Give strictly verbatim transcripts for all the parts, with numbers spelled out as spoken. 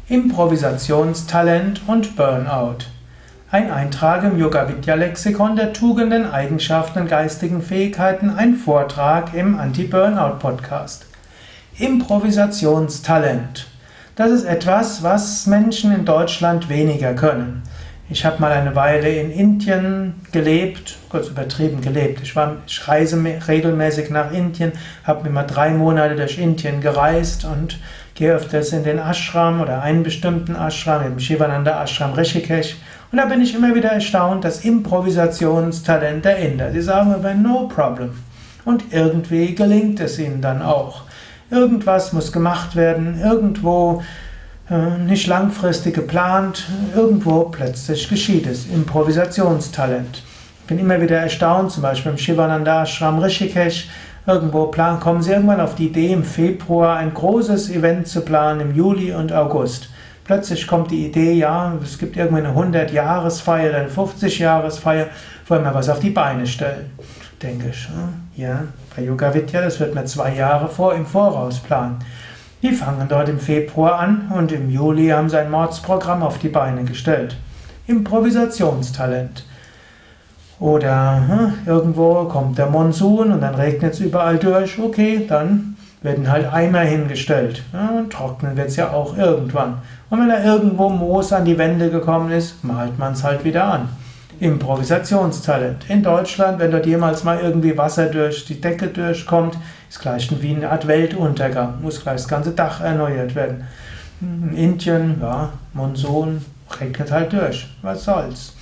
Improvisationstalent und Burnout. Ein Eintrag im Yoga-Vidya-Lexikon der Tugenden, Eigenschaften und geistigen Fähigkeiten, ein Vortrag im Anti-Burnout-Podcast. Improvisationstalent. Das ist etwas, was Menschen in Deutschland weniger können. Ich habe mal eine Weile in Indien gelebt, kurz übertrieben gelebt. Ich, war, ich reise regelmäßig nach Indien, habe immer drei Monate durch Indien gereist und gehe öfters in den Ashram oder einen bestimmten Ashram, im Shivananda Ashram Rishikesh. Und da bin ich immer wieder erstaunt, das Improvisationstalent der Inder. Sie sagen aber no problem. Und irgendwie gelingt es ihnen dann auch. Irgendwas muss gemacht werden, irgendwo nicht langfristig geplant, irgendwo plötzlich geschieht es. Improvisationstalent. Ich bin immer wieder erstaunt, zum Beispiel im Shivananda Ashram Rishikesh, irgendwo planen, kommen sie irgendwann auf die Idee, im Februar ein großes Event zu planen, im Juli und August. Plötzlich kommt die Idee, ja, es gibt irgendwann eine hundert-Jahresfeier, eine fünfzig-Jahresfeier, wollen wir was auf die Beine stellen. Denke ich, ja, bei Yoga Vidya, das wird man zwei Jahre vor, im Voraus planen. Die fangen dort im Februar an und im Juli haben sie ein Mordsprogramm auf die Beine gestellt. Improvisationstalent. Oder hm, irgendwo kommt der Monsun und dann regnet es überall durch. Okay, dann werden halt Eimer hingestellt. Ja, trocknen wird es ja auch irgendwann. Und wenn da irgendwo Moos an die Wände gekommen ist, malt man es halt wieder an. Improvisationstalent. In Deutschland, wenn dort jemals mal irgendwie Wasser durch die Decke durchkommt, ist gleich wie eine Art Weltuntergang, muss gleich das ganze Dach erneuert werden. In Indien, ja, Monsun, regnet halt durch, was soll's.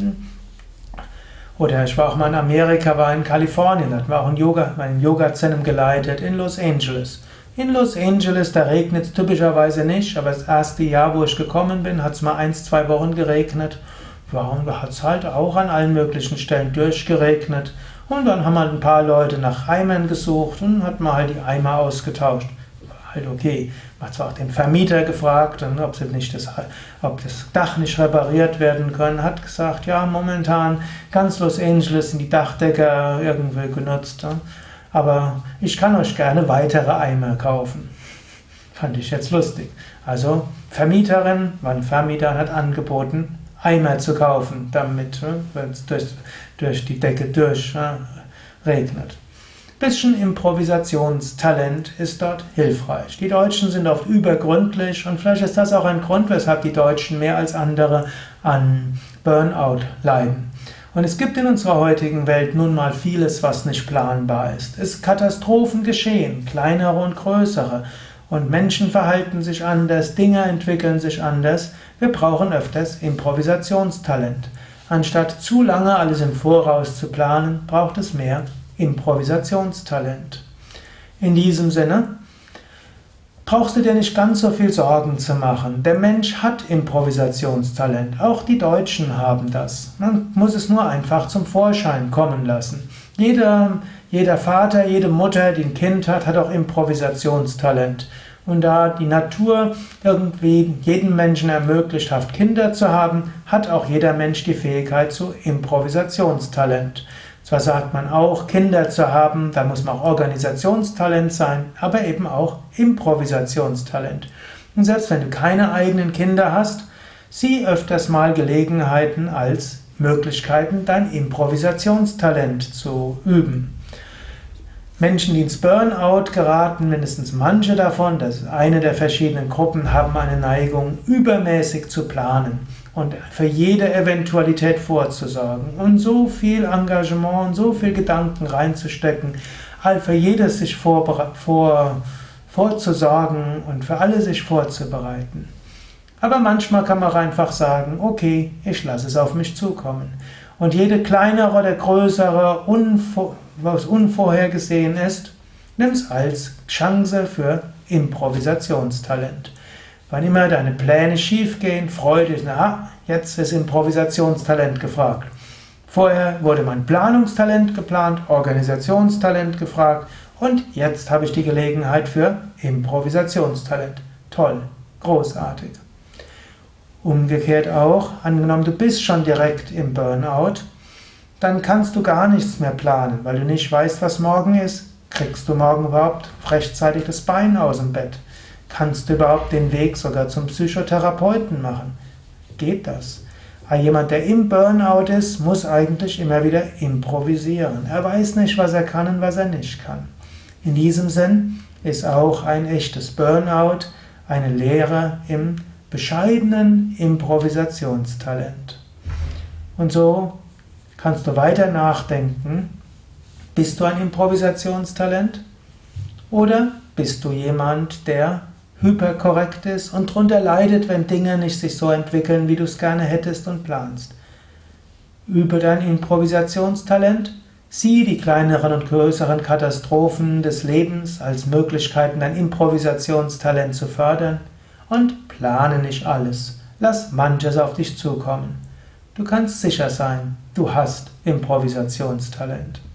Oder ich war auch mal in Amerika, war in Kalifornien, hatten wir auch ein Yoga, ein Yoga-Zentrum geleitet in Los Angeles. In Los Angeles, da regnet es typischerweise nicht, aber das erste Jahr, wo ich gekommen bin, hat es mal eins, zwei Wochen geregnet. Warum? Da hat es halt auch an allen möglichen Stellen durchgeregnet. Und dann haben halt ein paar Leute nach Eimern gesucht und hat man halt die Eimer ausgetauscht. War halt okay. Man hat zwar auch den Vermieter gefragt, ob, sie nicht das, ob das Dach nicht repariert werden kann. Hat gesagt, ja, momentan ganz Los Angeles sind die Dachdecker irgendwie genutzt. Aber ich kann euch gerne weitere Eimer kaufen. Fand ich jetzt lustig. Also Vermieterin, war ein Vermieter, hat angeboten, Eimer zu kaufen, damit, wenn es durch, durch die Decke durch ja, regnet. Bisschen Improvisationstalent ist dort hilfreich. Die Deutschen sind oft übergründlich und vielleicht ist das auch ein Grund, weshalb die Deutschen mehr als andere an Burnout leiden. Und es gibt in unserer heutigen Welt nun mal vieles, was nicht planbar ist. Es Katastrophen geschehen, kleinere und größere. Und Menschen verhalten sich anders, Dinge entwickeln sich anders. Wir brauchen öfters Improvisationstalent. Anstatt zu lange alles im Voraus zu planen, braucht es mehr Improvisationstalent. In diesem Sinne brauchst du dir nicht ganz so viel Sorgen zu machen. Der Mensch hat Improvisationstalent. Auch die Deutschen haben das. Man muss es nur einfach zum Vorschein kommen lassen. Jeder, jeder Vater, jede Mutter, die ein Kind hat, hat auch Improvisationstalent. Und da die Natur irgendwie jedem Menschen ermöglicht hat, Kinder zu haben, hat auch jeder Mensch die Fähigkeit zu Improvisationstalent. Zwar sagt man auch, Kinder zu haben, da muss man auch Organisationstalent sein, aber eben auch Improvisationstalent. Und selbst wenn du keine eigenen Kinder hast, sieh öfters mal Gelegenheiten als Möglichkeiten, dein Improvisationstalent zu üben. Menschen, die ins Burnout geraten, mindestens manche davon, das ist eine der verschiedenen Gruppen, haben eine Neigung, übermäßig zu planen und für jede Eventualität vorzusorgen und so viel Engagement und so viel Gedanken reinzustecken, für jedes sich vor, vor, vorzusorgen und für alle sich vorzubereiten. Aber manchmal kann man auch einfach sagen, okay, ich lasse es auf mich zukommen. Und jede kleinere oder größere, unvor, was unvorhergesehen ist, nimm es als Chance für Improvisationstalent. Wann immer deine Pläne schiefgehen, freu dich, na, jetzt ist Improvisationstalent gefragt. Vorher wurde mein Planungstalent geplant, Organisationstalent gefragt und jetzt habe ich die Gelegenheit für Improvisationstalent. Toll, großartig. Umgekehrt auch, angenommen du bist schon direkt im Burnout, dann kannst du gar nichts mehr planen, weil du nicht weißt, was morgen ist. Kriegst du morgen überhaupt rechtzeitig das Bein aus dem Bett? Kannst du überhaupt den Weg sogar zum Psychotherapeuten machen? Geht das? Jemand, der im Burnout ist, muss eigentlich immer wieder improvisieren. Er weiß nicht, was er kann und was er nicht kann. In diesem Sinn ist auch ein echtes Burnout eine Lehre im bescheidenen Improvisationstalent. Und so kannst du weiter nachdenken, bist du ein Improvisationstalent oder bist du jemand, der hyperkorrekt ist und darunter leidet, wenn Dinge nicht sich so entwickeln, wie du es gerne hättest und planst. Übe dein Improvisationstalent, sieh die kleineren und größeren Katastrophen des Lebens als Möglichkeiten, dein Improvisationstalent zu fördern und plane nicht alles. Lass manches auf dich zukommen. Du kannst sicher sein, du hast Improvisationstalent.